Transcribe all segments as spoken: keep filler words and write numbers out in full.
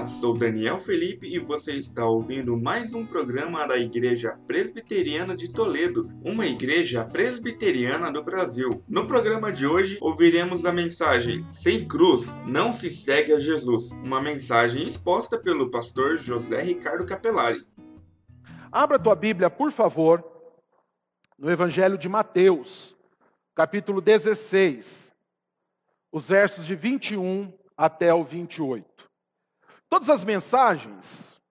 Olá, sou Daniel Felipe e você está ouvindo mais um programa da Igreja Presbiteriana de Toledo, uma igreja presbiteriana do Brasil. No programa de hoje, ouviremos a mensagem Sem cruz, não se segue a Jesus, uma mensagem exposta pelo pastor José Ricardo Capelari. Abra tua Bíblia, por favor, no Evangelho de Mateus, capítulo dezesseis, os versos de vinte e um até o vinte e oito. Todas as mensagens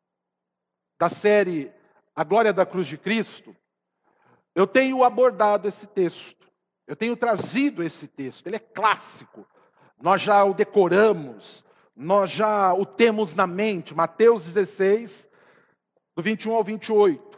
da série A Glória da Cruz de Cristo, eu tenho abordado esse texto, eu tenho trazido esse texto, ele é clássico, nós já o decoramos, nós já o temos na mente, Mateus dezesseis, do vinte e um ao vinte e oito.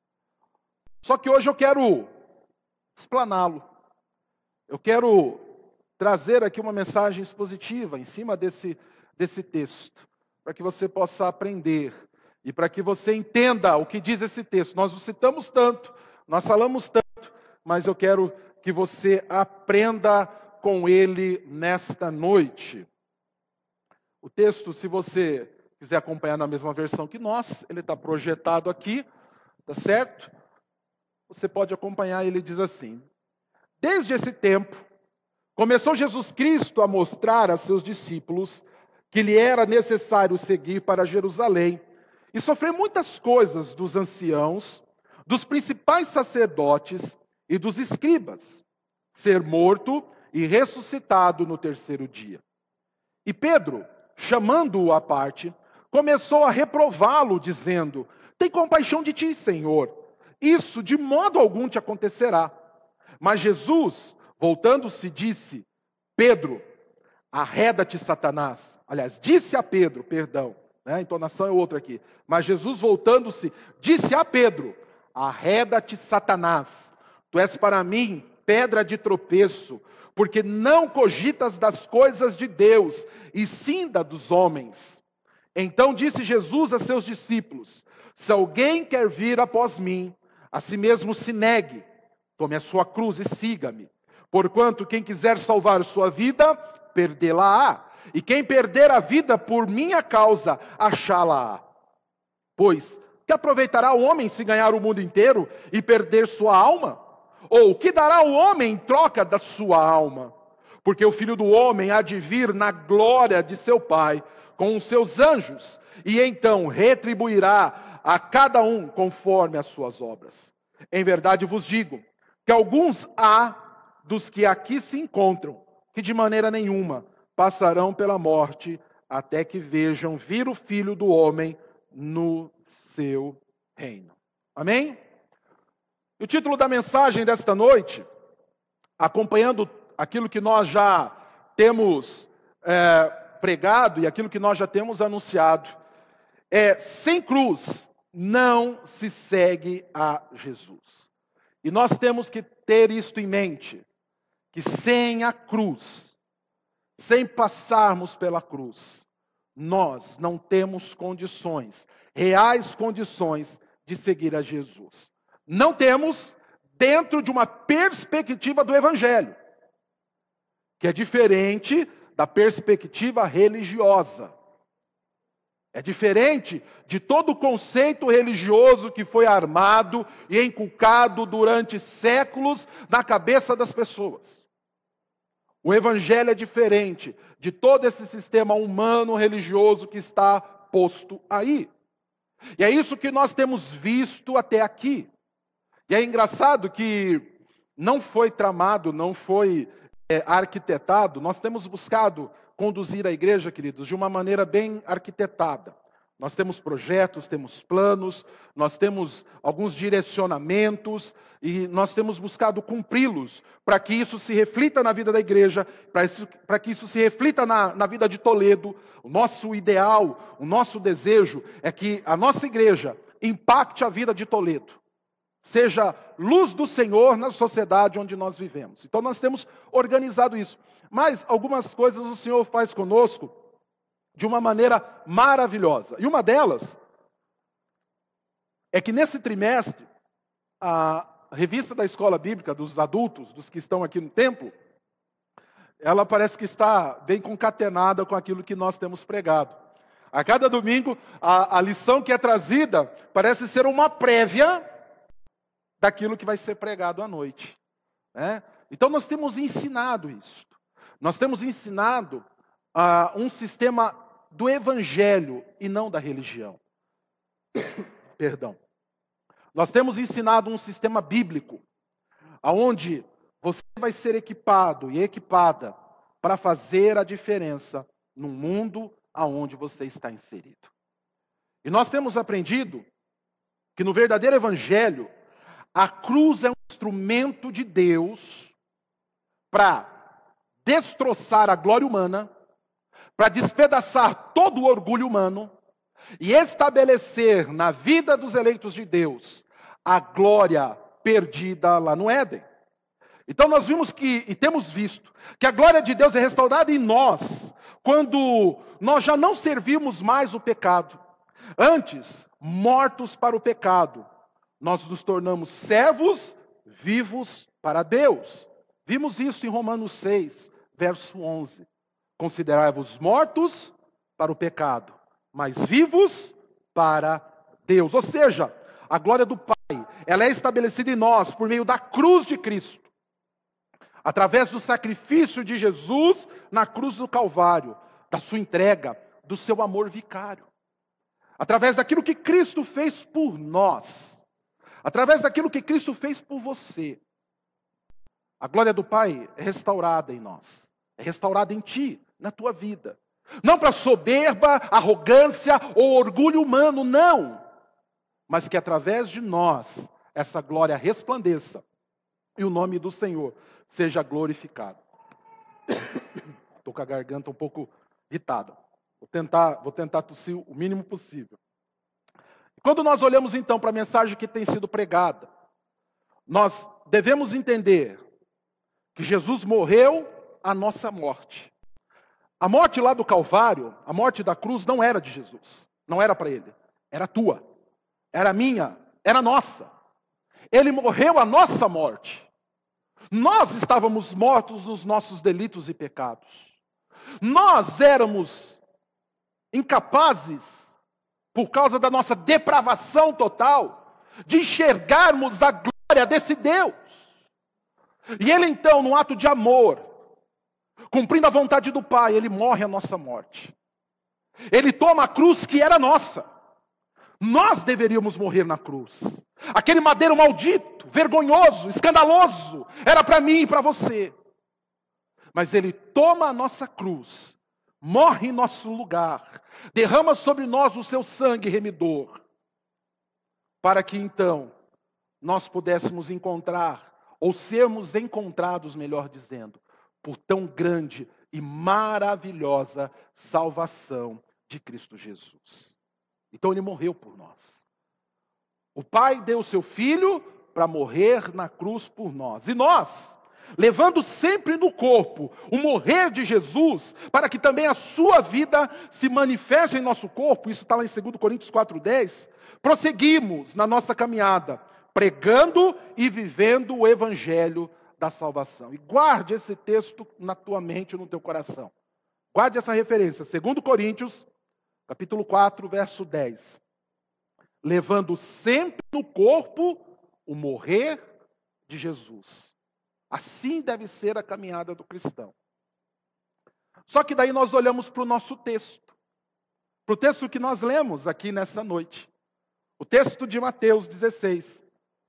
Só que hoje eu quero explaná-lo, eu quero trazer aqui uma mensagem expositiva em cima desse, desse texto, para que você possa aprender e para que você entenda o que diz esse texto. Nós o citamos tanto, nós falamos tanto, mas eu quero que você aprenda com ele nesta noite. O texto, se você quiser acompanhar na mesma versão que nós, ele está projetado aqui, tá certo? Você pode acompanhar, ele diz assim: desde esse tempo, começou Jesus Cristo a mostrar a seus discípulos que lhe era necessário seguir para Jerusalém e sofrer muitas coisas dos anciãos, dos principais sacerdotes e dos escribas, ser morto e ressuscitado no terceiro dia. E Pedro, chamando-o à parte, começou a reprová-lo, dizendo: tem compaixão de ti, Senhor, isso de modo algum te acontecerá. Mas Jesus, voltando-se, disse: Pedro, arreda-te, Satanás. Aliás, disse a Pedro, perdão, né? A entonação é outra aqui. Mas Jesus, voltando-se, disse a Pedro: arreda-te, Satanás. Tu és para mim pedra de tropeço, porque não cogitas das coisas de Deus, e sim da dos homens. Então disse Jesus a seus discípulos: se alguém quer vir após mim, a si mesmo se negue, tome a sua cruz e siga-me. Porquanto quem quiser salvar sua vida, perdê-la-á. E quem perder a vida por minha causa, achá-la-á. Pois, que aproveitará o homem se ganhar o mundo inteiro e perder sua alma? Ou que dará o homem em troca da sua alma? Porque o Filho do Homem há de vir na glória de seu Pai, com os seus anjos, e então retribuirá a cada um conforme as suas obras. Em verdade vos digo, que alguns há dos que aqui se encontram, que de maneira nenhuma passarão pela morte, até que vejam vir o Filho do Homem no seu reino. Amém? E o título da mensagem desta noite, acompanhando aquilo que nós já temos é, pregado e aquilo que nós já temos anunciado, é: sem cruz não se segue a Jesus. E nós temos que ter isto em mente, que sem a cruz, sem passarmos pela cruz, nós não temos condições, reais condições de seguir a Jesus. Não temos dentro de uma perspectiva do Evangelho, que é diferente da perspectiva religiosa. É diferente de todo o conceito religioso que foi armado e inculcado durante séculos na cabeça das pessoas. O Evangelho é diferente de todo esse sistema humano religioso que está posto aí. E é isso que nós temos visto até aqui. E é engraçado que não foi tramado, não foi é, arquitetado. Nós temos buscado conduzir a igreja, queridos, de uma maneira bem arquitetada. Nós temos projetos, temos planos, nós temos alguns direcionamentos e nós temos buscado cumpri-los para que isso se reflita na vida da igreja, para que isso se reflita na, na vida de Toledo. O nosso ideal, o nosso desejo é que a nossa igreja impacte a vida de Toledo, seja luz do Senhor na sociedade onde nós vivemos. Então nós temos organizado isso. Mas algumas coisas o Senhor faz conosco de uma maneira maravilhosa. E uma delas é que nesse trimestre, a revista da Escola Bíblica dos adultos, dos que estão aqui no templo, ela parece que está bem concatenada com aquilo que nós temos pregado. A cada domingo, a, a lição que é trazida parece ser uma prévia daquilo que vai ser pregado à noite, né? Então nós temos ensinado isso. Nós temos ensinado uh, um sistema do evangelho e não da religião. Perdão. Nós temos ensinado um sistema bíblico, onde você vai ser equipado e equipada para fazer a diferença no mundo aonde você está inserido. E nós temos aprendido que no verdadeiro evangelho, a cruz é um instrumento de Deus para destroçar a glória humana, para despedaçar todo o orgulho humano e estabelecer na vida dos eleitos de Deus a glória perdida lá no Éden. Então nós vimos que, e temos visto, que a glória de Deus é restaurada em nós, quando nós já não servimos mais o pecado. Antes, mortos para o pecado, nós nos tornamos servos vivos para Deus. Vimos isso em Romanos seis, verso onze. Considerai-vos mortos para o pecado, mas vivos para Deus. Ou seja, a glória do Pai, ela é estabelecida em nós por meio da cruz de Cristo. Através do sacrifício de Jesus na cruz do Calvário, da sua entrega, do seu amor vicário. Através daquilo que Cristo fez por nós. Através daquilo que Cristo fez por você. A glória do Pai é restaurada em nós. É restaurada em ti, na tua vida. Não para soberba, arrogância ou orgulho humano, não. Mas que através de nós, essa glória resplandeça. E o nome do Senhor seja glorificado. Estou com a garganta um pouco irritada. Vou tentar, vou tentar tossir o mínimo possível. Quando nós olhamos então para a mensagem que tem sido pregada, nós devemos entender que Jesus morreu a nossa morte. A morte lá do Calvário, a morte da cruz não era de Jesus, não era para ele, era tua, era minha, era nossa. Ele morreu a nossa morte. Nós estávamos mortos nos nossos delitos e pecados. Nós éramos incapazes, por causa da nossa depravação total, de enxergarmos a glória desse Deus. E ele então, num ato de amor, cumprindo a vontade do Pai, ele morre a nossa morte. Ele toma a cruz que era nossa. Nós deveríamos morrer na cruz. Aquele madeiro maldito, vergonhoso, escandaloso, era para mim e para você. Mas ele toma a nossa cruz, morre em nosso lugar, derrama sobre nós o seu sangue remidor, para que então nós pudéssemos encontrar, ou sermos encontrados, melhor dizendo, por tão grande e maravilhosa salvação de Cristo Jesus. Então ele morreu por nós. O Pai deu o seu Filho para morrer na cruz por nós. E nós, levando sempre no corpo o morrer de Jesus, para que também a sua vida se manifeste em nosso corpo, isso está lá em dois Coríntios quatro, dez, prosseguimos na nossa caminhada, pregando e vivendo o evangelho da salvação. E guarde esse texto na tua mente e no teu coração. Guarde essa referência, dois Coríntios, capítulo quatro, verso dez. Levando sempre no corpo o morrer de Jesus. Assim deve ser a caminhada do cristão. Só que daí nós olhamos para o nosso texto. Para o texto que nós lemos aqui nessa noite. O texto de Mateus dezesseis.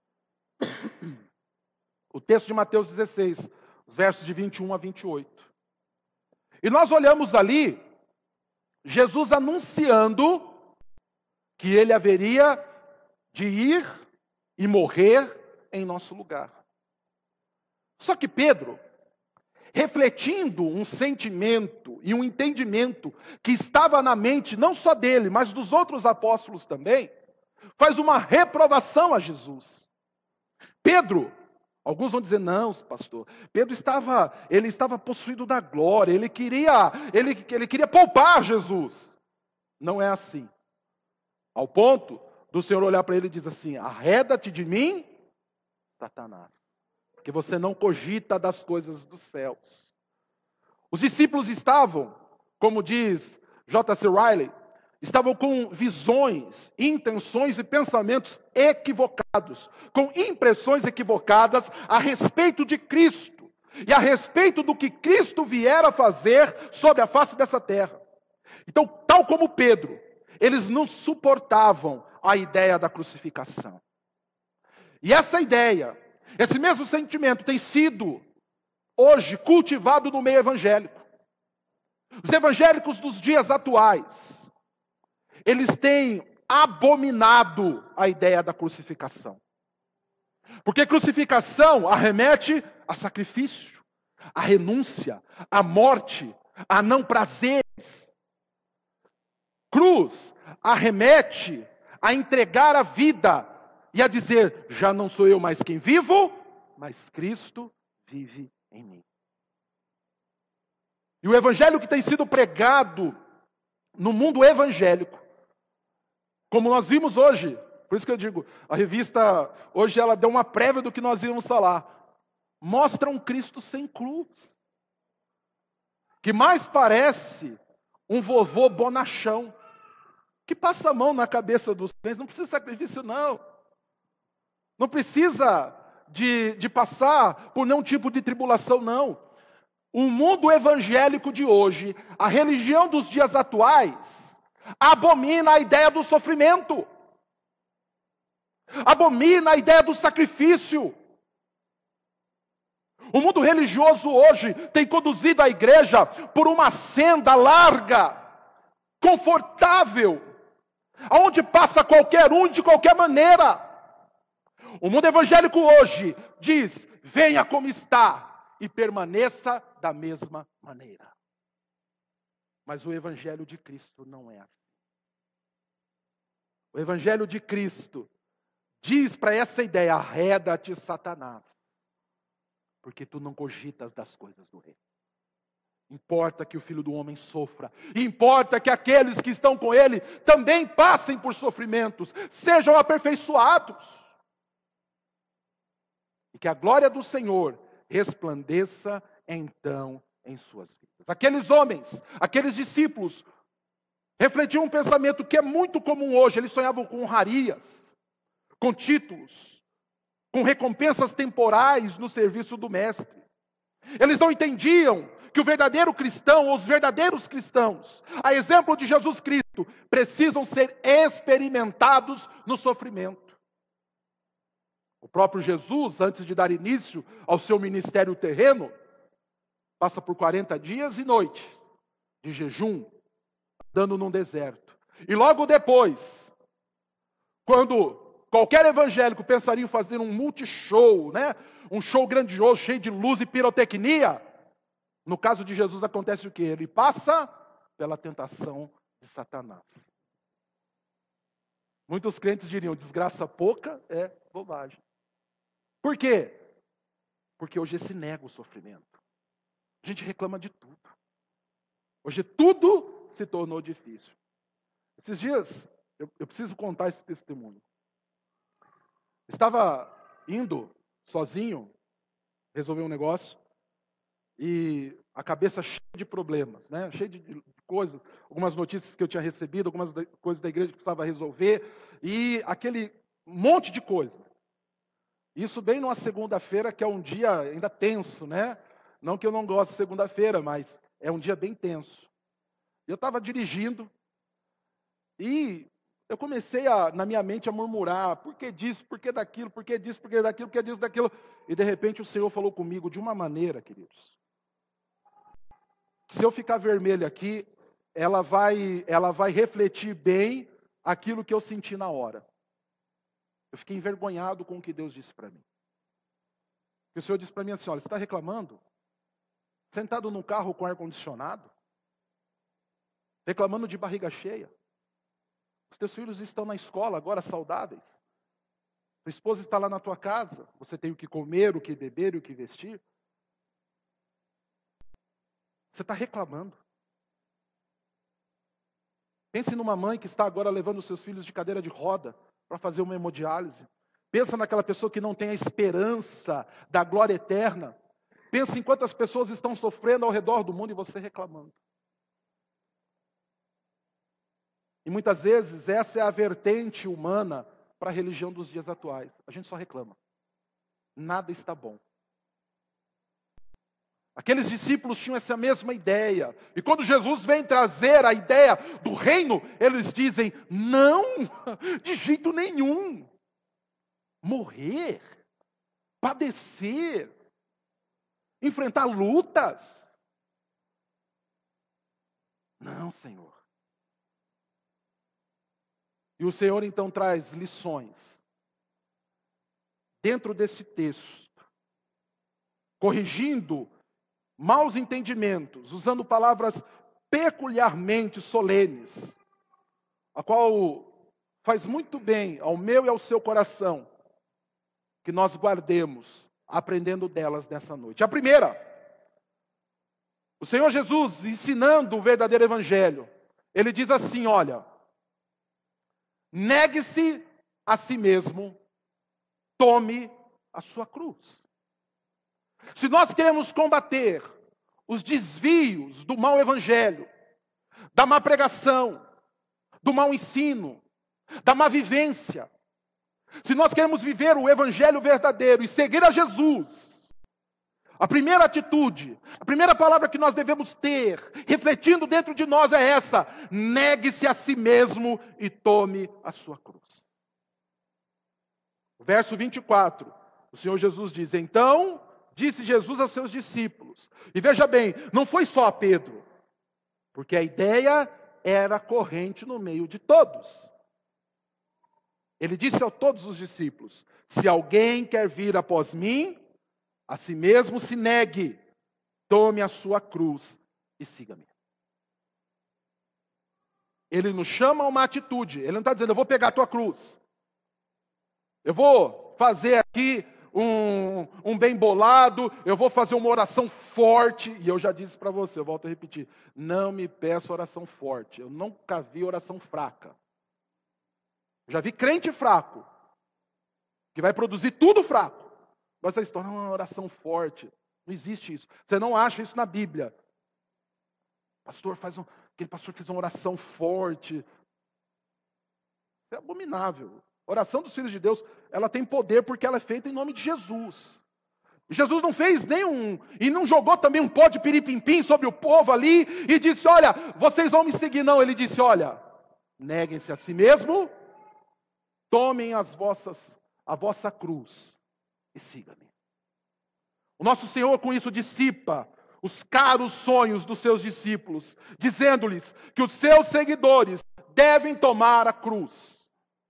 O texto de Mateus dezesseis, os versos de vinte e um a vinte e oito. E nós olhamos ali, Jesus anunciando que ele haveria de ir e morrer em nosso lugar. Só que Pedro, refletindo um sentimento e um entendimento que estava na mente não só dele, mas dos outros apóstolos também, faz uma reprovação a Jesus. Pedro, alguns vão dizer, não, pastor, Pedro estava, ele estava possuído da glória, ele queria, ele, ele queria poupar Jesus. Não é assim. Ao ponto do Senhor olhar para ele e dizer assim, arreda-te de mim, Satanás, porque você não cogita das coisas dos céus. Os discípulos estavam, como diz J C Riley, estavam com visões, intenções e pensamentos equivocados, com impressões equivocadas a respeito de Cristo e a respeito do que Cristo viera fazer sobre a face dessa terra. Então, tal como Pedro, eles não suportavam a ideia da crucificação. E essa ideia, esse mesmo sentimento tem sido hoje cultivado no meio evangélico. Os evangélicos dos dias atuais, eles têm abominado a ideia da crucificação. Porque crucificação arremete a sacrifício, a renúncia, a morte, a não prazeres. Cruz arremete a entregar a vida e a dizer, já não sou eu mais quem vivo, mas Cristo vive em mim. E o evangelho que tem sido pregado no mundo evangélico, como nós vimos hoje, por isso que eu digo, a revista hoje ela deu uma prévia do que nós íamos falar, mostra um Cristo sem cruz, que mais parece um vovô bonachão, que passa a mão na cabeça dos crentes, não precisa de sacrifício não, não precisa de, de passar por nenhum tipo de tribulação não. O mundo evangélico de hoje, a religião dos dias atuais, abomina a ideia do sofrimento. Abomina a ideia do sacrifício. O mundo religioso hoje tem conduzido a igreja por uma senda larga, confortável, aonde passa qualquer um de qualquer maneira. O mundo evangélico hoje diz, venha como está e permaneça da mesma maneira. Mas o evangelho de Cristo não é assim. O evangelho de Cristo diz para essa ideia, arreda-te, Satanás, porque tu não cogitas das coisas do reino. Importa que o Filho do Homem sofra, importa que aqueles que estão com ele também passem por sofrimentos, sejam aperfeiçoados. E que a glória do Senhor resplandeça então em suas vidas. Aqueles homens, aqueles discípulos, refletiam um pensamento que é muito comum hoje. Eles sonhavam com honrarias, com títulos, com recompensas temporais no serviço do Mestre. Eles não entendiam que o verdadeiro cristão, ou os verdadeiros cristãos, a exemplo de Jesus Cristo, precisam ser experimentados no sofrimento. O próprio Jesus, antes de dar início ao seu ministério terreno, passa por quarenta dias e noites de jejum, andando num deserto. E logo depois, quando qualquer evangélico pensaria em fazer um multishow, né? Um show grandioso, cheio de luz e pirotecnia, no caso de Jesus acontece o quê? Ele passa pela tentação de Satanás. Muitos crentes diriam, desgraça pouca é bobagem. Por quê? Porque hoje se nega o sofrimento. A gente reclama de tudo. Hoje tudo se tornou difícil. Esses dias, eu, eu preciso contar esse testemunho. Estava indo sozinho, resolver um negócio, e a cabeça cheia de problemas, né? Cheia de, de coisas, algumas notícias que eu tinha recebido, algumas da, coisas da igreja que precisava resolver, e aquele monte de coisa. Isso bem numa segunda-feira, que é um dia ainda tenso, né? Não que eu não goste de segunda-feira, mas é um dia bem tenso. Eu estava dirigindo e eu comecei a, na minha mente a murmurar, por que disso, por que daquilo, por que disso, por que daquilo, por que disso, daquilo. E de repente o Senhor falou comigo de uma maneira, queridos. Se eu ficar vermelho aqui, ela vai, ela vai refletir bem aquilo que eu senti na hora. Eu fiquei envergonhado com o que Deus disse para mim. E o Senhor disse para mim assim, olha, você está reclamando? Sentado num carro com ar-condicionado? Reclamando de barriga cheia? Os teus filhos estão na escola agora saudáveis? Sua esposa está lá na tua casa? Você tem o que comer, o que beber e o que vestir? Você está reclamando. Pense numa mãe que está agora levando os seus filhos de cadeira de roda para fazer uma hemodiálise. Pensa naquela pessoa que não tem a esperança da glória eterna. Pensa em quantas pessoas estão sofrendo ao redor do mundo e você reclamando. E muitas vezes essa é a vertente humana para a religião dos dias atuais. A gente só reclama. Nada está bom. Aqueles discípulos tinham essa mesma ideia. E quando Jesus vem trazer a ideia do reino, eles dizem, não, de jeito nenhum. Morrer, padecer, enfrentar lutas. Não, Senhor. E o Senhor então traz lições dentro desse texto, corrigindo maus entendimentos, usando palavras peculiarmente solenes, a qual faz muito bem ao meu e ao seu coração, que nós guardemos, aprendendo delas nessa noite. A primeira, o Senhor Jesus ensinando o verdadeiro evangelho, ele diz assim, olha, negue-se a si mesmo, tome a sua cruz. Se nós queremos combater os desvios do mau evangelho, da má pregação, do mau ensino, da má vivência, se nós queremos viver o evangelho verdadeiro e seguir a Jesus, a primeira atitude, a primeira palavra que nós devemos ter, refletindo dentro de nós é essa: negue-se a si mesmo e tome a sua cruz. Verso vinte e quatro, o Senhor Jesus diz, então, disse Jesus aos seus discípulos, e veja bem, não foi só a Pedro, porque a ideia era corrente no meio de todos. Ele disse a todos os discípulos, se alguém quer vir após mim, a si mesmo se negue, tome a sua cruz e siga-me. Ele nos chama a uma atitude, ele não está dizendo, eu vou pegar a tua cruz, eu vou fazer aqui um, um bem bolado, eu vou fazer uma oração forte, e eu já disse para você, eu volto a repetir, não me peça oração forte, eu nunca vi oração fraca. Já vi crente fraco, que vai produzir tudo fraco. Mas essa história é uma oração forte. Não existe isso. Você não acha isso na Bíblia. Pastor, faz um, aquele pastor fez uma oração forte. Isso é abominável. A oração dos filhos de Deus, ela tem poder porque ela é feita em nome de Jesus. Jesus não fez nenhum, e não jogou também um pó de piripimpim sobre o povo ali, e disse, olha, vocês vão me seguir. Não, ele disse, olha, neguem-se a si mesmo, tomem as vossas, a vossa cruz e siga-me. O nosso Senhor com isso dissipa os caros sonhos dos seus discípulos, dizendo-lhes que os seus seguidores devem tomar a cruz.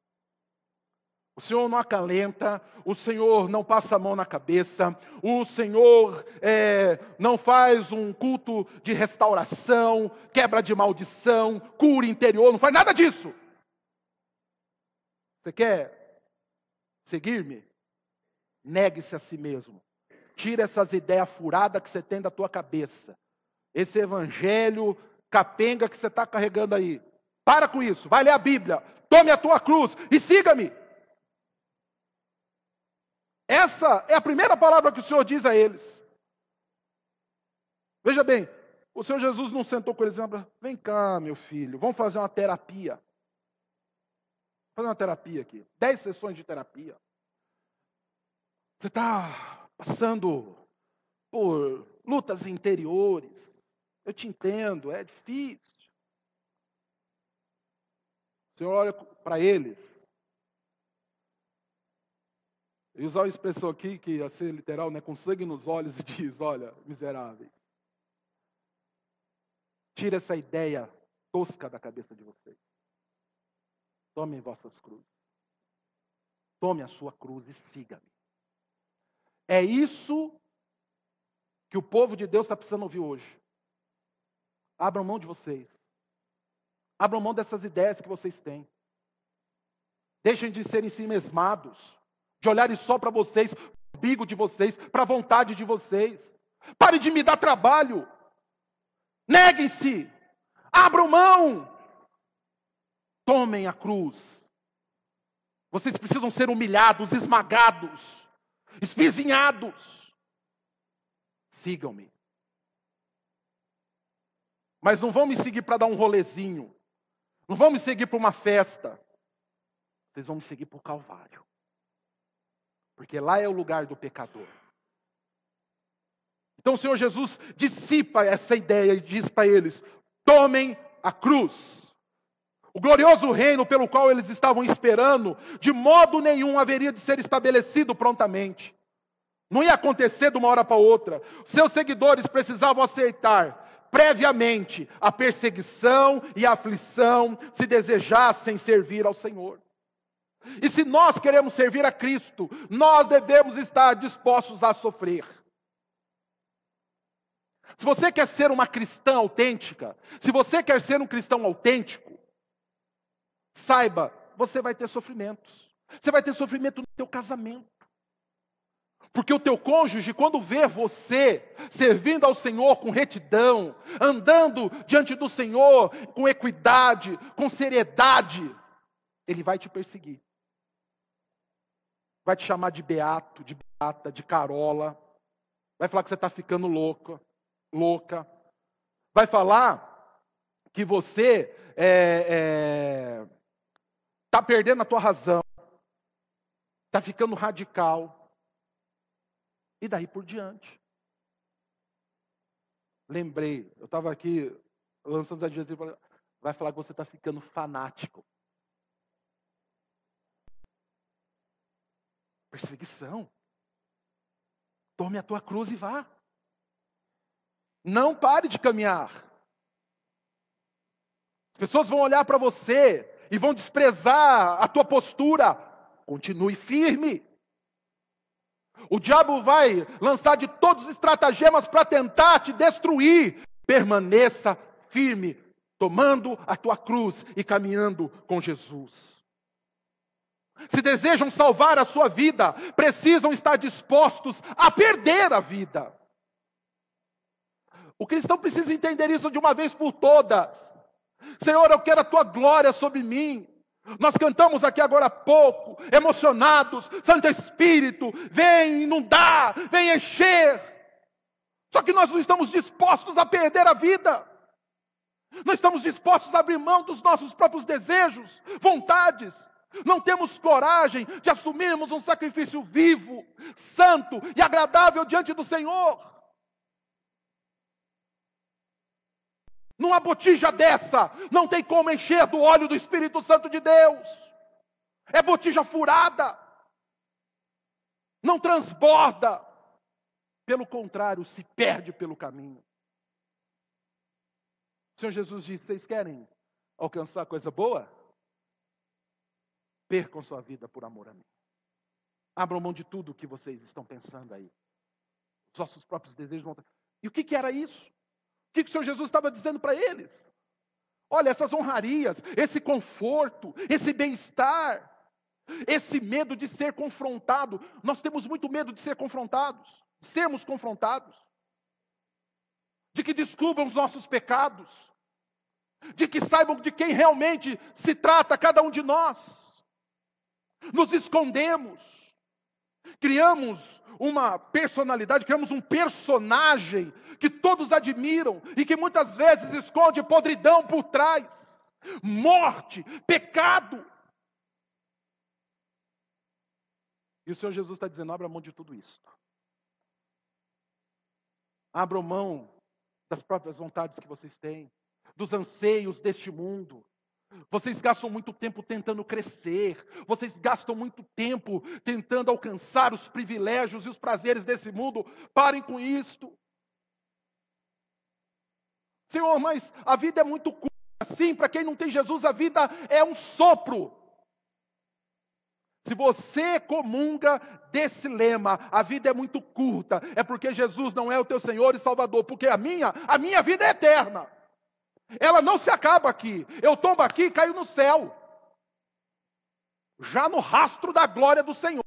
O Senhor não acalenta, o Senhor não passa a mão na cabeça, o Senhor é, não faz um culto de restauração, quebra de maldição, cura interior, não faz nada disso. Você quer seguir-me? Negue-se a si mesmo. Tira essas ideias furadas que você tem da tua cabeça. Esse evangelho capenga que você está carregando aí. Para com isso. Vai ler a Bíblia. Tome a tua cruz e siga-me. Essa é a primeira palavra que o Senhor diz a eles. Veja bem, o Senhor Jesus não sentou com eles e disse, vem cá, meu filho, vamos fazer uma terapia. Vamos fazer uma terapia aqui. Dez sessões de terapia. Você está passando por lutas interiores. Eu te entendo, é difícil. O Senhor olha para eles. E usar uma expressão aqui, que ia ser literal, né, com sangue nos olhos, e diz, olha, miseráveis. Tira essa ideia tosca da cabeça de vocês. Tomem vossas cruzes. Tome a sua cruz e siga-me. É isso que o povo de Deus está precisando ouvir hoje. Abram mão de vocês. Abram mão dessas ideias que vocês têm. Deixem de serem si mesmados, de olharem só para vocês, para o umbigo de vocês, para a vontade de vocês. Parem de me dar trabalho. Neguem-se. Abram mão. Tomem a cruz. Vocês precisam ser humilhados, esmagados, espizinhados. Sigam-me. Mas não vão me seguir para dar um rolezinho. Não vão me seguir para uma festa. Vocês vão me seguir para o Calvário. Porque lá é o lugar do pecador. Então o Senhor Jesus dissipa essa ideia e diz para eles: tomem a cruz. O glorioso reino pelo qual eles estavam esperando, de modo nenhum haveria de ser estabelecido prontamente. Não ia acontecer de uma hora para outra. Seus seguidores precisavam aceitar previamente a perseguição e a aflição, se desejassem servir ao Senhor. E se nós queremos servir a Cristo, nós devemos estar dispostos a sofrer. Se você quer ser uma cristã autêntica, se você quer ser um cristão autêntico, saiba, você vai ter sofrimentos. Você vai ter sofrimento no teu casamento. Porque o teu cônjuge, quando vê você servindo ao Senhor com retidão, andando diante do Senhor com equidade, com seriedade, ele vai te perseguir. Vai te chamar de beato, de beata, de carola. Vai falar que você está ficando louca, louca. Vai falar que você é, é, está perdendo a tua razão. Está ficando radical. E daí por diante. Lembrei, eu estava aqui lançando as dias e falei, vai falar que você está ficando fanático. Perseguição. Tome a tua cruz e vá. Não pare de caminhar. As pessoas vão olhar para você e vão desprezar a tua postura. Continue firme. O diabo vai lançar de todos os estratagemas para tentar te destruir. Permaneça firme, tomando a tua cruz e caminhando com Jesus. Se desejam salvar a sua vida, precisam estar dispostos a perder a vida. O cristão precisa entender isso de uma vez por todas. Senhor, eu quero a tua glória sobre mim. Nós cantamos aqui agora há pouco, emocionados, Santo Espírito, vem inundar, vem encher. Só que nós não estamos dispostos a perder a vida. Não estamos dispostos a abrir mão dos nossos próprios desejos, vontades. Não temos coragem de assumirmos um sacrifício vivo, santo e agradável diante do Senhor. Numa botija dessa, não tem como encher do óleo do Espírito Santo de Deus. É botija furada. Não transborda. Pelo contrário, se perde pelo caminho. O Senhor Jesus disse, vocês querem alcançar coisa boa? Percam sua vida por amor a mim. Abram mão de tudo o que vocês estão pensando aí. Os nossos próprios desejos vão... E o que, que era isso? O que, que o Senhor Jesus estava dizendo para eles? Olha, essas honrarias, esse conforto, esse bem-estar, esse medo de ser confrontado. Nós temos muito medo de ser confrontados, de sermos confrontados. De que descubram os nossos pecados. De que saibam de quem realmente se trata cada um de nós. Nos escondemos. Criamos uma personalidade, criamos um personagem que todos admiram e que muitas vezes esconde podridão por trás, morte, pecado. E o Senhor Jesus está dizendo, abra mão de tudo isso. Abra mão das próprias vontades que vocês têm, dos anseios deste mundo. Vocês gastam muito tempo tentando crescer. Vocês gastam muito tempo tentando alcançar os privilégios e os prazeres desse mundo. Parem com isto. Senhor, mas a vida é muito curta. Sim, para quem não tem Jesus, a vida é um sopro. Se você comunga desse lema, a vida é muito curta, é porque Jesus não é o teu Senhor e Salvador. Porque a minha, a minha vida é eterna. Ela não se acaba aqui. Eu tombo aqui e caio no céu. Já no rastro da glória do Senhor.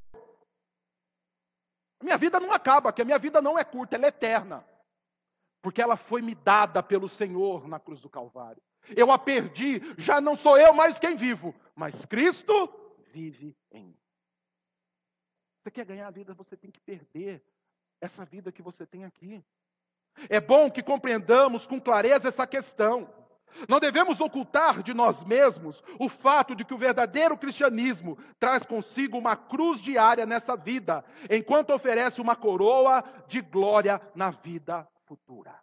Minha vida não acaba aqui. A minha vida não é curta, ela é eterna. Porque ela foi me dada pelo Senhor na cruz do Calvário. Eu a perdi. Já não sou eu mais quem vivo. Mas Cristo vive em mim. Você quer ganhar a vida, você tem que perder essa vida que você tem aqui. É bom que compreendamos com clareza essa questão. Não devemos ocultar de nós mesmos o fato de que o verdadeiro cristianismo traz consigo uma cruz diária nessa vida, enquanto oferece uma coroa de glória na vida futura.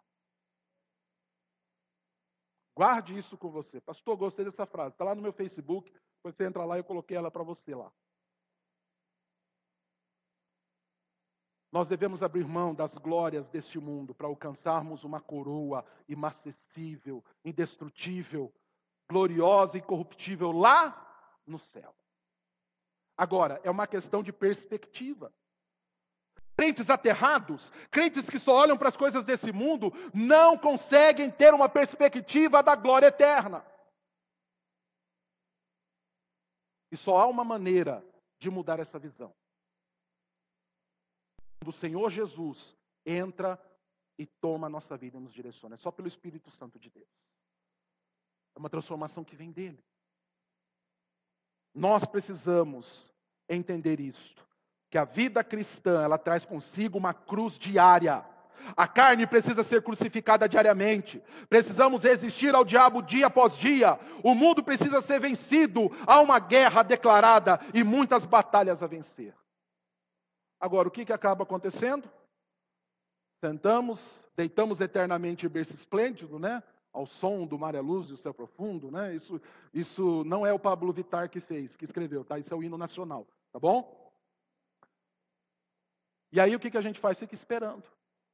Guarde isso com você. Pastor, gostei dessa frase. Está lá no meu Facebook. Depois você entra lá e eu coloquei ela para você lá. Nós devemos abrir mão das glórias deste mundo para alcançarmos uma coroa inacessível, indestrutível, gloriosa e incorruptível lá no céu. Agora, é uma questão de perspectiva. Crentes aterrados, crentes que só olham para as coisas desse mundo, não conseguem ter uma perspectiva da glória eterna. E só há uma maneira de mudar essa visão. O Senhor Jesus entra e toma a nossa vida e nos direciona. É só pelo Espírito Santo de Deus. É uma transformação que vem dele. Nós precisamos entender isto. Que a vida cristã, ela traz consigo uma cruz diária. A carne precisa ser crucificada diariamente. Precisamos resistir ao diabo dia após dia. O mundo precisa ser vencido. Há uma guerra declarada e muitas batalhas a vencer. Agora, o que, que acaba acontecendo? Sentamos, deitamos eternamente em berço esplêndido, né? Ao som do mar é luz e o céu profundo, né? Isso, isso não é o Pablo Vittar que fez, que escreveu, tá? Isso é o hino nacional, tá bom? E aí o que, que a gente faz? Fica esperando.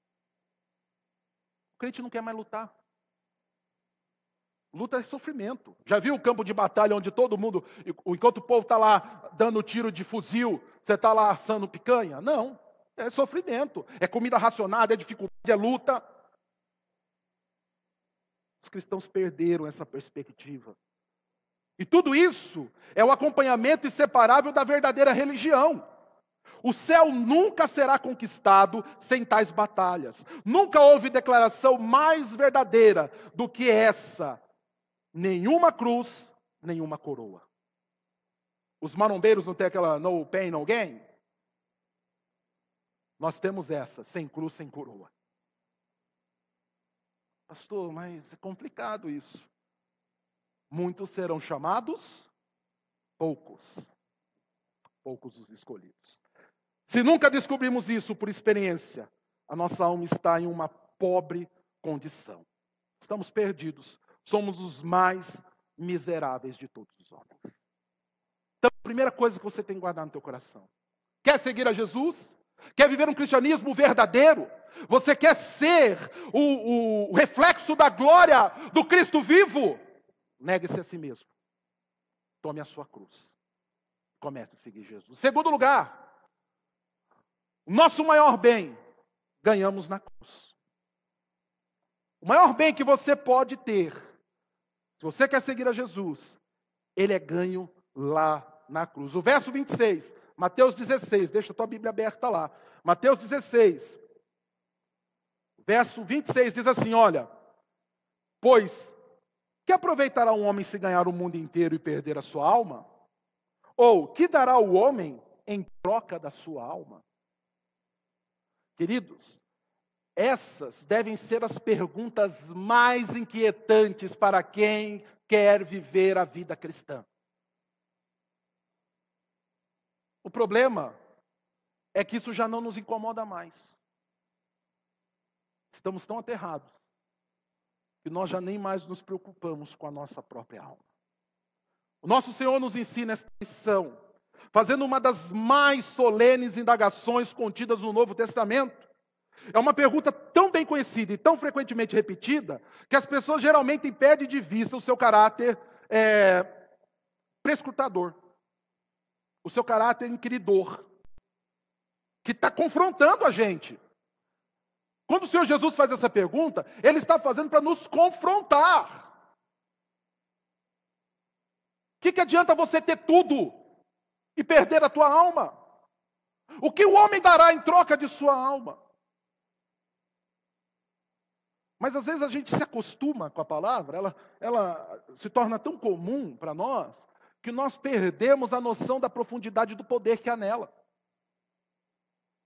O crente não quer mais lutar. Luta é sofrimento. Já viu o campo de batalha onde todo mundo, enquanto o povo está lá dando tiro de fuzil, você está lá assando picanha? Não, é sofrimento. É comida racionada, é dificuldade, é luta. Os cristãos perderam essa perspectiva. E tudo isso é o acompanhamento inseparável da verdadeira religião. O céu nunca será conquistado sem tais batalhas. Nunca houve declaração mais verdadeira do que essa. Nenhuma cruz, nenhuma coroa. Os marombeiros não têm aquela no pain, no gain? Nós temos essa, sem cruz, sem coroa. Pastor, mas é complicado isso. Muitos serão chamados, poucos. Poucos os escolhidos. Se nunca descobrimos isso por experiência, a nossa alma está em uma pobre condição. Estamos perdidos. Somos os mais miseráveis de todos os homens. Então, a primeira coisa que você tem que guardar no teu coração. Quer seguir a Jesus? Quer viver um cristianismo verdadeiro? Você quer ser o, o reflexo da glória do Cristo vivo? Negue-se a si mesmo. Tome a sua cruz. Comece a seguir Jesus. Segundo lugar, o nosso maior bem, ganhamos na cruz. O maior bem que você pode ter, se você quer seguir a Jesus, ele é ganho lá na cruz. O verso vinte e seis, Mateus dezesseis, deixa a tua Bíblia aberta lá. Mateus dezesseis, verso vinte e seis diz assim, olha, pois, que aproveitará um homem se ganhar o mundo inteiro e perder a sua alma? Ou, que dará o homem em troca da sua alma? Queridos, essas devem ser as perguntas mais inquietantes para quem quer viver a vida cristã. O problema é que isso já não nos incomoda mais. Estamos tão aterrados que nós já nem mais nos preocupamos com a nossa própria alma. O nosso Senhor nos ensina essa lição, fazendo uma das mais solenes indagações contidas no Novo Testamento. É uma pergunta tão bem conhecida e tão frequentemente repetida, que as pessoas geralmente perdem de vista o seu caráter é, prescrutador, o seu caráter inquiridor, que está confrontando a gente. Quando o Senhor Jesus faz essa pergunta, Ele está fazendo para nos confrontar. O que, que adianta você ter tudo e perder a tua alma? O que o homem dará em troca de sua alma? Mas às vezes a gente se acostuma com a palavra, ela, ela se torna tão comum para nós, que nós perdemos a noção da profundidade do poder que há nela.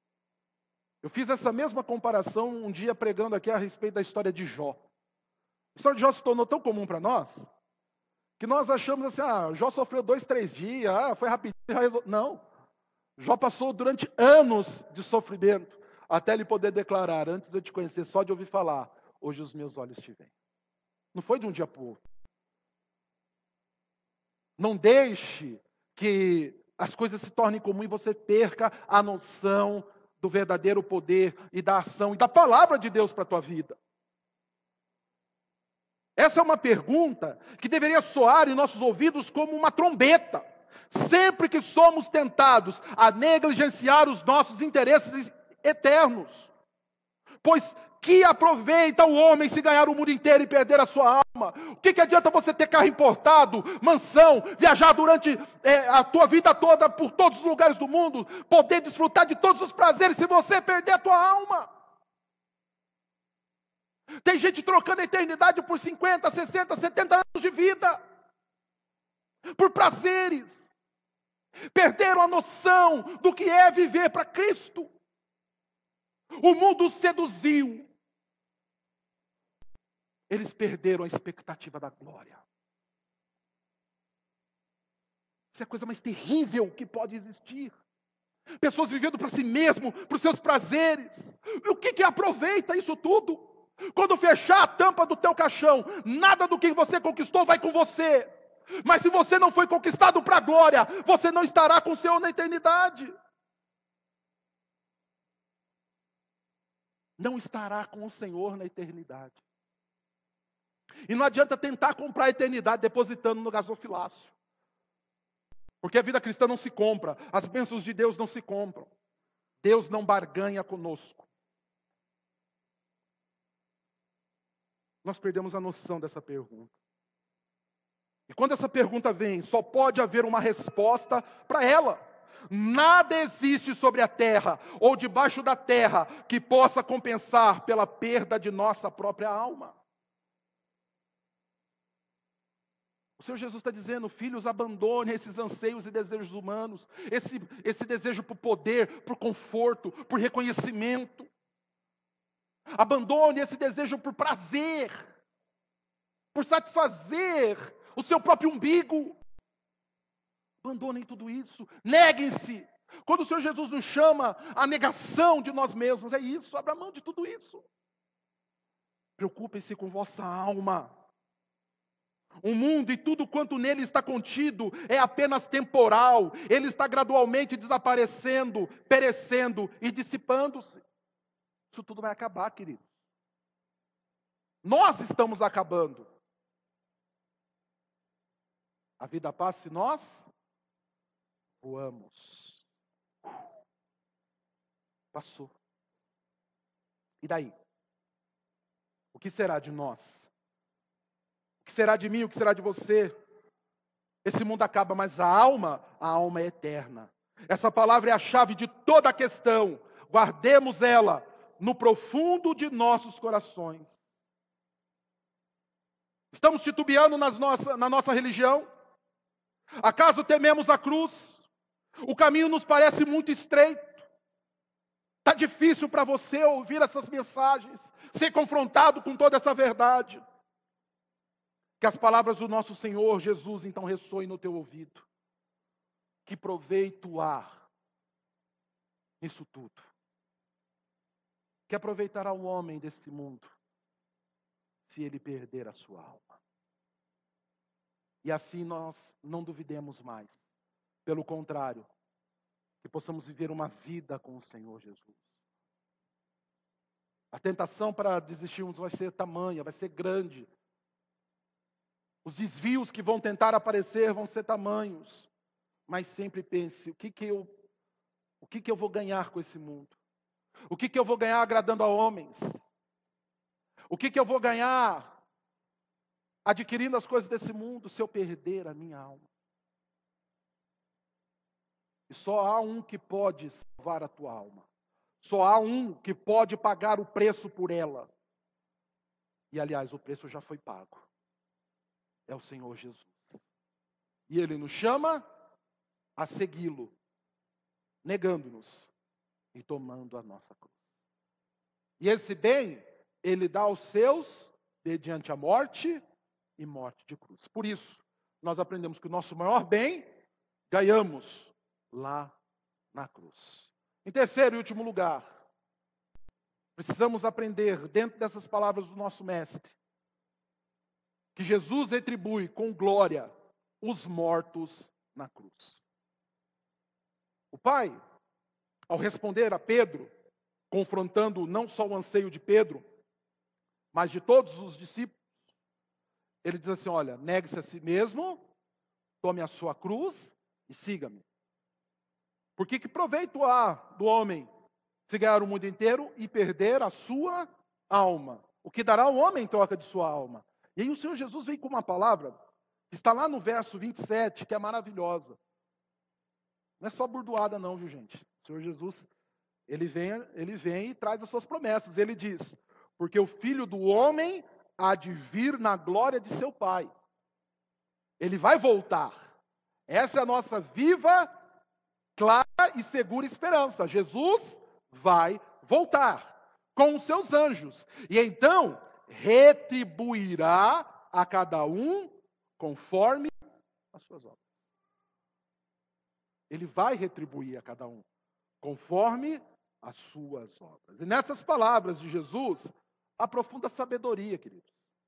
Eu fiz essa mesma comparação um dia pregando aqui a respeito da história de Jó. A história de Jó se tornou tão comum para nós, que nós achamos assim, ah, Jó sofreu dois, três dias, ah, foi rapidinho, já resolveu. Não. Jó passou durante anos de sofrimento, até ele poder declarar, antes de eu te conhecer, só de ouvir falar, hoje os meus olhos te veem. Não foi de um dia para o outro. Não deixe que as coisas se tornem comuns e você perca a noção do verdadeiro poder e da ação e da palavra de Deus para a tua vida. Essa é uma pergunta que deveria soar em nossos ouvidos como uma trombeta. Sempre que somos tentados a negligenciar os nossos interesses eternos. Pois que aproveita o homem se ganhar o mundo inteiro e perder a sua alma? O que, que adianta você ter carro importado, mansão, viajar durante é, a tua vida toda por todos os lugares do mundo, poder desfrutar de todos os prazeres se você perder a tua alma? Tem gente trocando a eternidade por cinquenta, sessenta, setenta anos de vida. Por prazeres. Perderam a noção do que é viver para Cristo. O mundo os seduziu. Eles perderam a expectativa da glória. Isso é a coisa mais terrível que pode existir. Pessoas vivendo para si mesmo, para os seus prazeres. E o que que aproveita isso tudo? Quando fechar a tampa do teu caixão, nada do que você conquistou vai com você. Mas se você não foi conquistado para a glória, você não estará com o Senhor na eternidade. Não estará com o Senhor na eternidade. E não adianta tentar comprar a eternidade depositando no gasofilácio. Porque a vida cristã não se compra. As bênçãos de Deus não se compram. Deus não barganha conosco. Nós perdemos a noção dessa pergunta. E quando essa pergunta vem, só pode haver uma resposta para ela. Nada existe sobre a terra ou debaixo da terra que possa compensar pela perda de nossa própria alma. O Senhor Jesus está dizendo, filhos, abandone esses anseios e desejos humanos, esse, esse desejo por poder, por conforto, por reconhecimento. Abandone esse desejo por prazer, por satisfazer o seu próprio umbigo. Abandonem tudo isso, neguem-se. Quando o Senhor Jesus nos chama à negação de nós mesmos, é isso, abra mão de tudo isso. Preocupem-se com vossa alma. O mundo e tudo quanto nele está contido é apenas temporal. Ele está gradualmente desaparecendo, perecendo e dissipando-se. Isso tudo vai acabar, queridos. Nós estamos acabando. A vida passa e nós voamos. Passou. E daí? O que será de nós? O que será de mim? O que será de você? Esse mundo acaba, mas a alma, a alma é eterna. Essa palavra é a chave de toda a questão. Guardemos ela no profundo de nossos corações. Estamos titubeando nas nossa, na nossa religião? Acaso tememos a cruz? O caminho nos parece muito estreito. Está difícil para você ouvir essas mensagens, ser confrontado com toda essa verdade. Que as palavras do nosso Senhor Jesus então ressoem no teu ouvido. Que proveito há nisso tudo? Que aproveitará o homem deste mundo se ele perder a sua alma? E assim nós não duvidemos mais. Pelo contrário, que possamos viver uma vida com o Senhor Jesus. A tentação para desistirmos vai ser tamanha, vai ser grande. Os desvios que vão tentar aparecer vão ser tamanhos. Mas sempre pense, o que que eu, o que que eu vou ganhar com esse mundo? O que que eu vou ganhar agradando a homens? O que que eu vou ganhar adquirindo as coisas desse mundo se eu perder a minha alma? E só há um que pode salvar a tua alma. Só há um que pode pagar o preço por ela. E aliás, o preço já foi pago. É o Senhor Jesus. E Ele nos chama a segui-lo, negando-nos e tomando a nossa cruz. E esse bem, Ele dá aos seus mediante a morte e morte de cruz. Por isso, nós aprendemos que o nosso maior bem ganhamos lá na cruz. Em terceiro e último lugar, precisamos aprender, dentro dessas palavras do nosso mestre, que Jesus retribui com glória os mortos na cruz. O Pai, ao responder a Pedro, confrontando não só o anseio de Pedro, mas de todos os discípulos, ele diz assim, olha, negue-se a si mesmo, tome a sua cruz e siga-me. Porque que proveito há do homem se ganhar o mundo inteiro e perder a sua alma? O que dará o homem em troca de sua alma? E aí o Senhor Jesus vem com uma palavra, que está lá no verso vinte e sete, que é maravilhosa. Não é só burdoada não, viu gente? O Senhor Jesus, ele vem, ele vem e traz as suas promessas. Ele diz, porque o Filho do Homem há de vir na glória de seu Pai. Ele vai voltar. Essa é a nossa viva, clara e segura esperança. Jesus vai voltar com os seus anjos. E então, retribuirá a cada um conforme as suas obras. Ele vai retribuir a cada um conforme as suas obras. E nessas palavras de Jesus, há profunda sabedoria, queridos.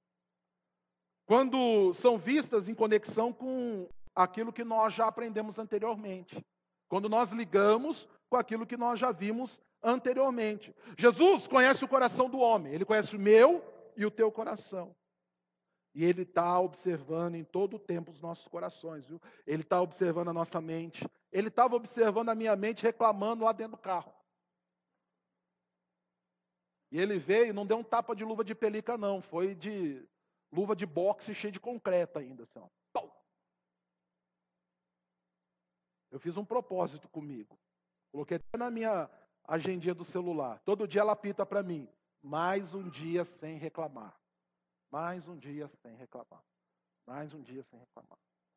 Quando são vistas em conexão com aquilo que nós já aprendemos anteriormente. Quando nós ligamos com aquilo que nós já vimos anteriormente. Jesus conhece o coração do homem. Ele conhece o meu e o teu coração. E Ele está observando em todo o tempo os nossos corações, viu? Ele está observando a nossa mente. Ele estava observando a minha mente reclamando lá dentro do carro. E Ele veio e não deu um tapa de luva de pelica, não. Foi de luva de boxe cheia de concreto ainda. Assim, ó. Eu fiz um propósito comigo. Coloquei até na minha agendinha do celular. Todo dia ela apita para mim. Mais um dia sem reclamar. Mais um dia sem reclamar. Mais um dia sem reclamar.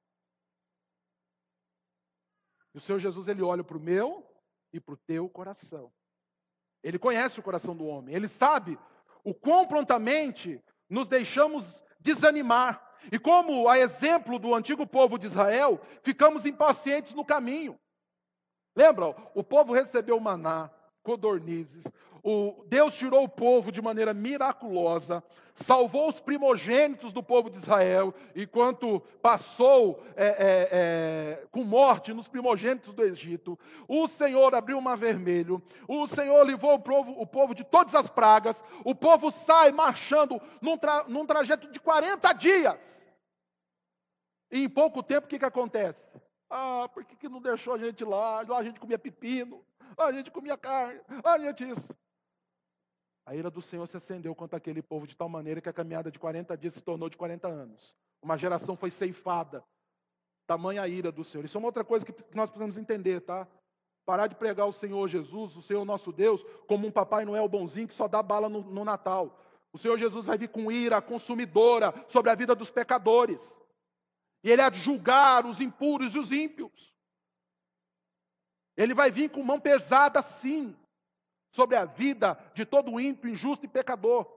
E o Senhor Jesus, Ele olha para o meu e para o teu coração. Ele conhece o coração do homem. Ele sabe o quão prontamente nos deixamos desanimar. E como, a exemplo do antigo povo de Israel, ficamos impacientes no caminho. Lembra? O povo recebeu maná, codornizes. O, Deus tirou o povo de maneira miraculosa, salvou os primogênitos do povo de Israel, enquanto passou é, é, é, com morte nos primogênitos do Egito. O Senhor abriu o mar vermelho, o Senhor livrou o povo, o povo de todas as pragas. O povo sai marchando num, tra, num trajeto de quarenta dias. E em pouco tempo, o que, que acontece? Ah, por que, que não deixou a gente lá? Lá a gente comia pepino, lá a gente comia carne, lá a gente isso. A ira do Senhor se acendeu contra aquele povo de tal maneira que a caminhada de quarenta dias se tornou de quarenta anos. Uma geração foi ceifada. Tamanha a ira do Senhor. Isso é uma outra coisa que nós precisamos entender, tá? Parar de pregar o Senhor Jesus, o Senhor nosso Deus, como um Papai Noel bonzinho que só dá bala no, no Natal. O Senhor Jesus vai vir com ira consumidora sobre a vida dos pecadores. E Ele há de julgar os impuros e os ímpios. Ele vai vir com mão pesada, sim, sobre a vida de todo ímpio, injusto e pecador.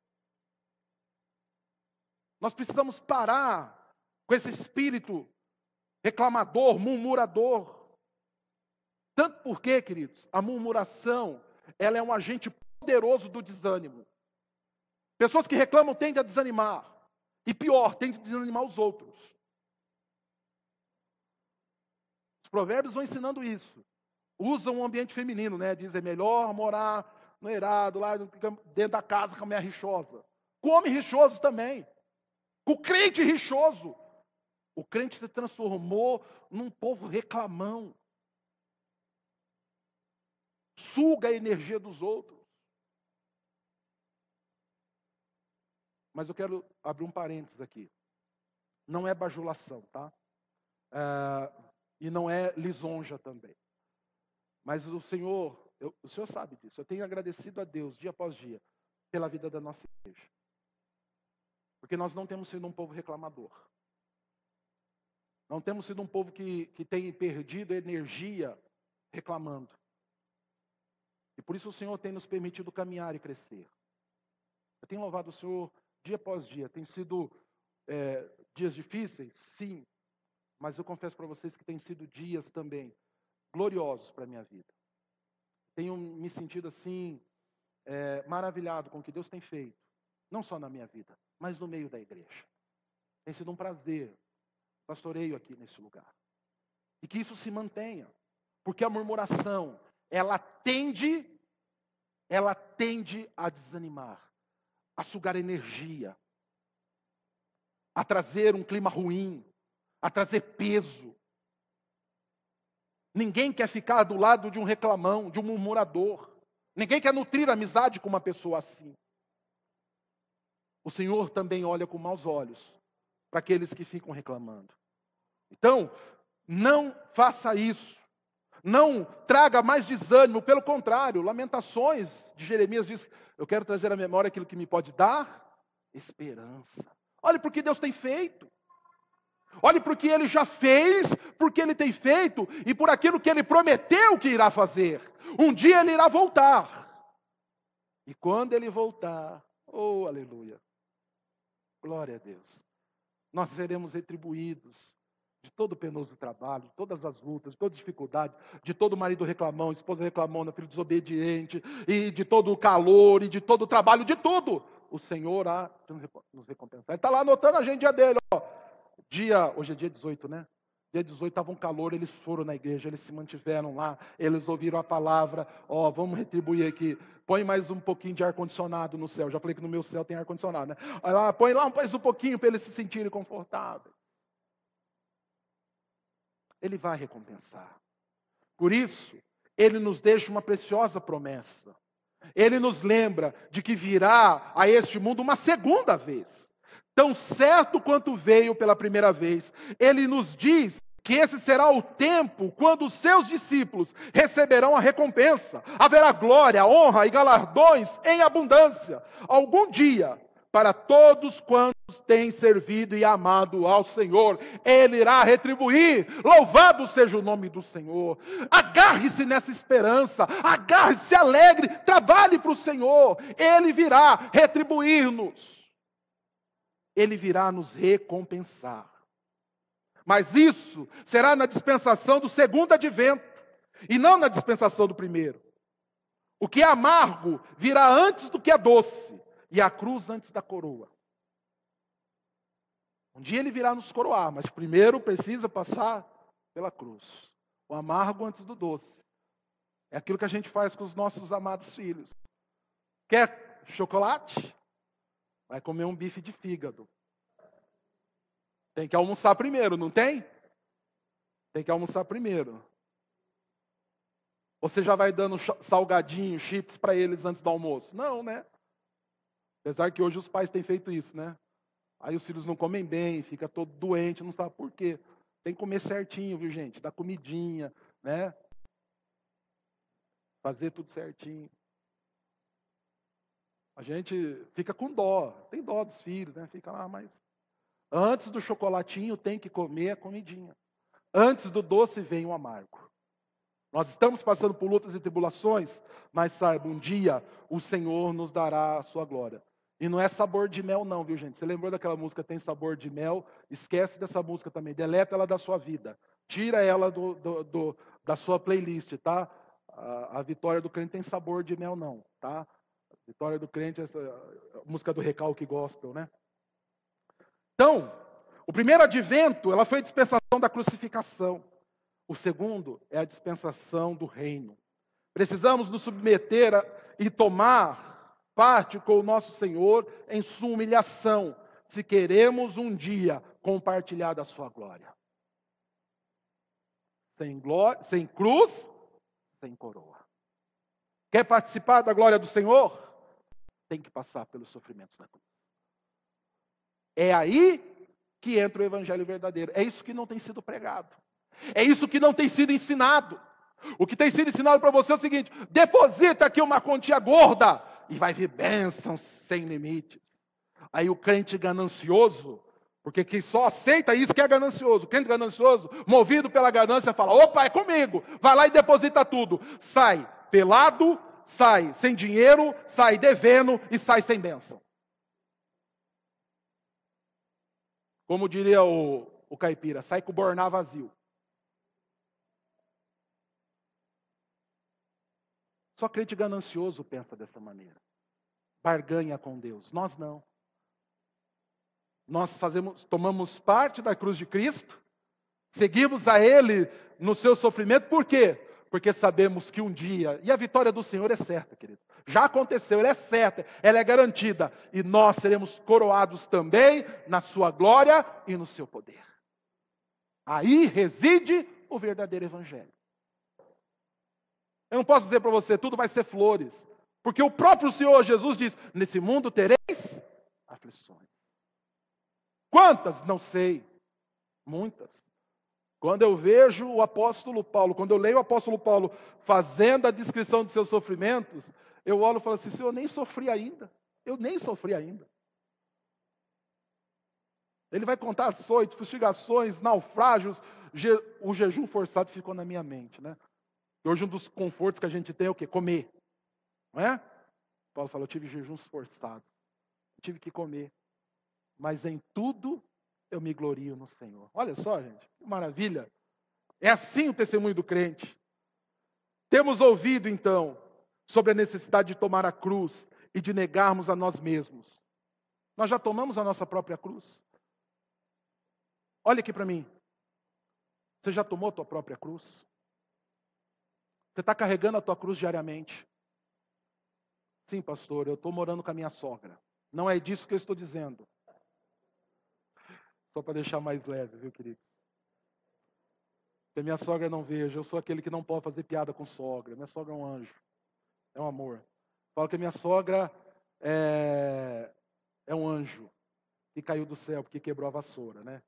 Nós precisamos parar com esse espírito reclamador, murmurador. Tanto porque, queridos, a murmuração, ela é um agente poderoso do desânimo. Pessoas que reclamam tendem a desanimar. E pior, tendem a desanimar os outros. Os provérbios vão ensinando isso. Usam um ambiente feminino, né? Dizem, é melhor morar no eirado, lá dentro da casa com a mulher rixosa. Com o homem rixoso também. Com o crente rixoso. O crente se transformou num povo reclamão. Suga a energia dos outros. Mas eu quero abrir um parênteses aqui. Não é bajulação, tá? É, e não é lisonja também. Mas o Senhor, eu, o Senhor sabe disso. Eu tenho agradecido a Deus, dia após dia, pela vida da nossa igreja. Porque nós não temos sido um povo reclamador. Não temos sido um povo que, que tem perdido energia reclamando. E por isso o Senhor tem nos permitido caminhar e crescer. Eu tenho louvado o Senhor dia após dia. Tem sido é, dias difíceis? Sim. Mas eu confesso para vocês que tem sido dias também gloriosos para a minha vida. Tenho me sentido assim, é, maravilhado com o que Deus tem feito. Não só na minha vida, mas no meio da igreja. Tem sido um prazer. Pastoreio aqui nesse lugar. E que isso se mantenha. Porque a murmuração, ela tende, ela tende a desanimar, a sugar energia, a trazer um clima ruim, a trazer peso. Ninguém quer ficar do lado de um reclamão, de um murmurador. Ninguém quer nutrir amizade com uma pessoa assim. O Senhor também olha com maus olhos para aqueles que ficam reclamando. Então, não faça isso. Não traga mais desânimo, pelo contrário, Lamentações de Jeremias diz, eu quero trazer à memória aquilo que me pode dar esperança. Olhe para o que Deus tem feito. Olhe para o que Ele já fez, porque Ele tem feito, e por aquilo que Ele prometeu que irá fazer. Um dia Ele irá voltar. E quando Ele voltar, oh, aleluia, glória a Deus, nós seremos retribuídos de todo o penoso trabalho, de todas as lutas, de toda dificuldade, de todo marido reclamão, esposa reclamona, filho desobediente, e de todo o calor, e de todo o trabalho, de tudo. O Senhor há de nos recompensar. Ele está lá anotando a agendinha dele, ó. Dia, hoje é dia dezoito, né? Dia dezoito estava um calor, eles foram na igreja, eles se mantiveram lá, eles ouviram a palavra, ó, vamos retribuir aqui, põe mais um pouquinho de ar-condicionado no céu. Já falei que no meu céu tem ar-condicionado, né? Aí lá, põe lá mais um pouquinho para eles se sentirem confortáveis. Ele vai recompensar. Por isso, Ele nos deixa uma preciosa promessa. Ele nos lembra de que virá a este mundo uma segunda vez. Tão certo quanto veio pela primeira vez. Ele nos diz que esse será o tempo quando os seus discípulos receberão a recompensa. Haverá glória, honra e galardões em abundância. Algum dia, para todos quantos têm servido e amado ao Senhor, Ele irá retribuir. Louvado seja o nome do Senhor. Agarre-se nessa esperança, agarre-se alegre, trabalhe para o Senhor. Ele virá retribuir-nos. Ele virá nos recompensar. Mas isso será na dispensação do segundo advento, e não na dispensação do primeiro. O que é amargo virá antes do que é doce, e a cruz antes da coroa. Um dia Ele virá nos coroar, mas primeiro precisa passar pela cruz. O amargo antes do doce. É aquilo que a gente faz com os nossos amados filhos. Quer chocolate? Vai comer um bife de fígado. Tem que almoçar primeiro, não tem? Tem que almoçar primeiro. Você já vai dando salgadinho, chips para eles antes do almoço? Não, né? Apesar que hoje os pais têm feito isso, né? Aí os filhos não comem bem, fica todo doente, não sabe por quê. Tem que comer certinho, viu, gente? Dar comidinha, né? Fazer tudo certinho. A gente fica com dó, tem dó dos filhos, né? Fica lá, mas antes do chocolatinho tem que comer a comidinha. Antes do doce vem o amargo. Nós estamos passando por lutas e tribulações, mas saiba, um dia o Senhor nos dará a sua glória. E não é sabor de mel não, viu, gente? Você lembrou daquela música Tem Sabor de Mel? Esquece dessa música também, deleta ela da sua vida. Tira ela do, do, do, da sua playlist, tá? A, a vitória do crente tem sabor de mel não, tá? A vitória do crente é essa, a música do recalque gospel, né? Então, o primeiro advento, ela foi a dispensação da crucificação. O segundo é a dispensação do reino. Precisamos nos submeter a, e tomar parte com o nosso Senhor em sua humilhação, se queremos um dia compartilhar da sua glória. Sem glória, sem cruz, sem coroa. Quer participar da glória do Senhor? Tem que passar pelos sofrimentos da cruz. É aí que entra o evangelho verdadeiro. É isso que não tem sido pregado. É isso que não tem sido ensinado. O que tem sido ensinado para você é o seguinte: deposita aqui uma quantia gorda e vai vir bênçãos sem limites. Aí o crente ganancioso, porque quem só aceita isso que é ganancioso. O crente ganancioso, movido pela ganância, fala: opa, é comigo. Vai lá e deposita tudo. Sai pelado, sai sem dinheiro, sai devendo e sai sem bênção. Como diria o, o caipira, sai com o borná vazio. Só crente ganancioso pensa dessa maneira. Barganha com Deus. Nós não. Nós fazemos, tomamos parte da cruz de Cristo, seguimos a Ele no seu sofrimento. Por quê? Porque sabemos que um dia, e a vitória do Senhor é certa, querido. Já aconteceu, ela é certa, ela é garantida. E nós seremos coroados também na sua glória e no seu poder. Aí reside o verdadeiro evangelho. Eu não posso dizer para você, tudo vai ser flores. Porque o próprio Senhor Jesus diz, nesse mundo tereis aflições. Quantas? Não sei. Muitas. Quando eu vejo o apóstolo Paulo, quando eu leio o apóstolo Paulo fazendo a descrição de seus sofrimentos, eu olho e falo assim, Senhor, eu nem sofri ainda. Eu nem sofri ainda. Ele vai contar açoites, fustigações, naufrágios, je, o jejum forçado ficou na minha mente, né? E hoje um dos confortos que a gente tem é o quê? Comer. Não é? Paulo falou, eu tive jejuns forçados. Eu tive que comer. Mas em tudo eu me glorio no Senhor. Olha só, gente, que maravilha. É assim o testemunho do crente. Temos ouvido, então, sobre a necessidade de tomar a cruz e de negarmos a nós mesmos. Nós já tomamos a nossa própria cruz? Olha aqui para mim. Você já tomou a tua própria cruz? Você está carregando a tua cruz diariamente? Sim, pastor, eu estou morando com a minha sogra. Não é disso que eu estou dizendo. Só para deixar mais leve, viu, querido? Que a minha sogra não veja, eu sou aquele que não pode fazer piada com sogra. Minha sogra é um anjo, é um amor. Falo que a minha sogra é, é um anjo que caiu do céu porque quebrou a vassoura, né?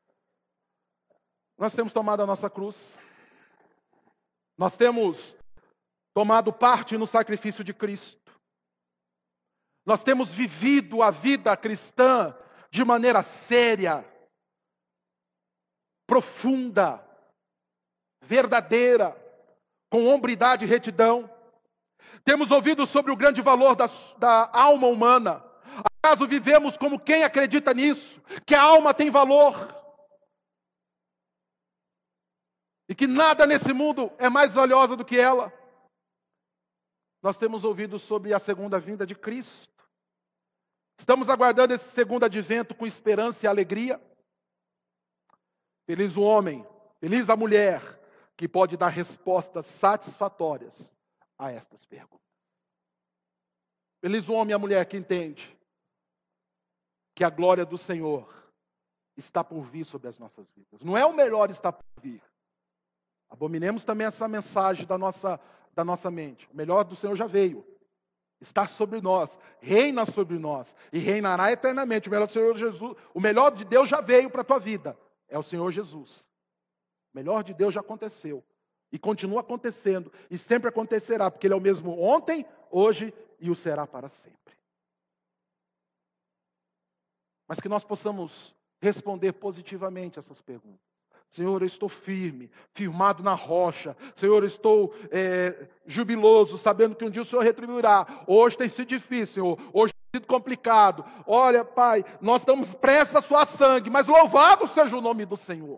Nós temos tomado a nossa cruz. Nós temos tomado parte no sacrifício de Cristo. Nós temos vivido a vida cristã de maneira séria, profunda, verdadeira, com hombridade e retidão. Temos ouvido sobre o grande valor da, da alma humana. Acaso vivemos como quem acredita nisso? Que a alma tem valor. E que nada nesse mundo é mais valiosa do que ela. Nós temos ouvido sobre a segunda vinda de Cristo. Estamos aguardando esse segundo advento com esperança e alegria. Feliz o homem, feliz a mulher, que pode dar respostas satisfatórias a estas perguntas. Feliz o homem e a mulher que entende que a glória do Senhor está por vir sobre as nossas vidas. Não é o melhor está por vir. Abominemos também essa mensagem da nossa, da nossa mente. O melhor do Senhor já veio. Está sobre nós, reina sobre nós e reinará eternamente. O melhor do Senhor Jesus, o melhor de Deus já veio para a tua vida. É o Senhor Jesus. O melhor de Deus já aconteceu. E continua acontecendo. E sempre acontecerá. Porque Ele é o mesmo ontem, hoje e o será para sempre. Mas que nós possamos responder positivamente essas perguntas. Senhor, eu estou firme, firmado na rocha. Senhor, eu estou é, jubiloso, sabendo que um dia o Senhor retribuirá. Hoje tem sido difícil, Senhor. Hoje tem sido complicado. Olha, Pai, nós estamos prestes a suar sangue, mas louvado seja o nome do Senhor.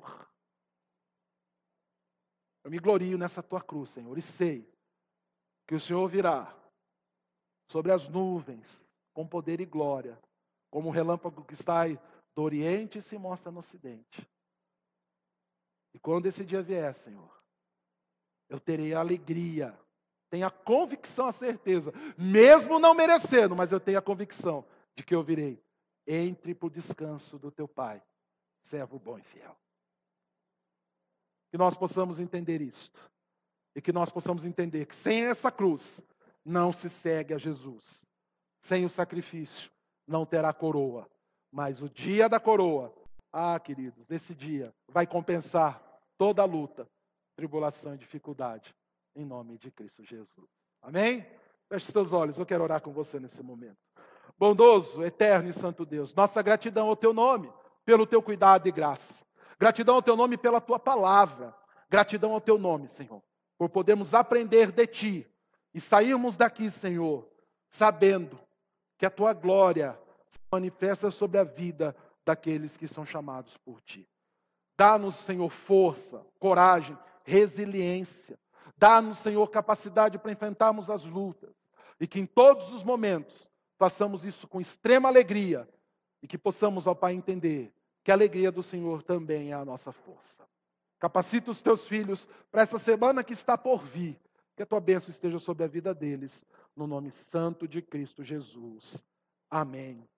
Eu me glorio nessa tua cruz, Senhor, e sei que o Senhor virá sobre as nuvens, com poder e glória, como o relâmpago que está do Oriente e se mostra no Ocidente. E quando esse dia vier, Senhor, eu terei a alegria, tenho a convicção, a certeza, mesmo não merecendo, mas eu tenho a convicção de que eu virei. Entre para o descanso do teu Pai, servo bom e fiel. Que nós possamos entender isto. E que nós possamos entender que sem essa cruz, não se segue a Jesus. Sem o sacrifício, não terá coroa. Mas o dia da coroa, ah, queridos, nesse dia, vai compensar toda a luta, tribulação e dificuldade, em nome de Cristo Jesus. Amém? Feche os teus olhos, eu quero orar com você nesse momento. Bondoso, eterno e santo Deus, nossa gratidão ao teu nome, pelo teu cuidado e graça. Gratidão ao teu nome pela tua palavra. Gratidão ao teu nome, Senhor, por podermos aprender de ti e sairmos daqui, Senhor, sabendo que a tua glória se manifesta sobre a vida daqueles que são chamados por Ti. Dá-nos, Senhor, força, coragem, resiliência. Dá-nos, Senhor, capacidade para enfrentarmos as lutas. E que em todos os momentos façamos isso com extrema alegria. E que possamos, ó Pai, entender que a alegria do Senhor também é a nossa força. Capacita os Teus filhos para essa semana que está por vir. Que a Tua bênção esteja sobre a vida deles. No nome santo de Cristo Jesus. Amém.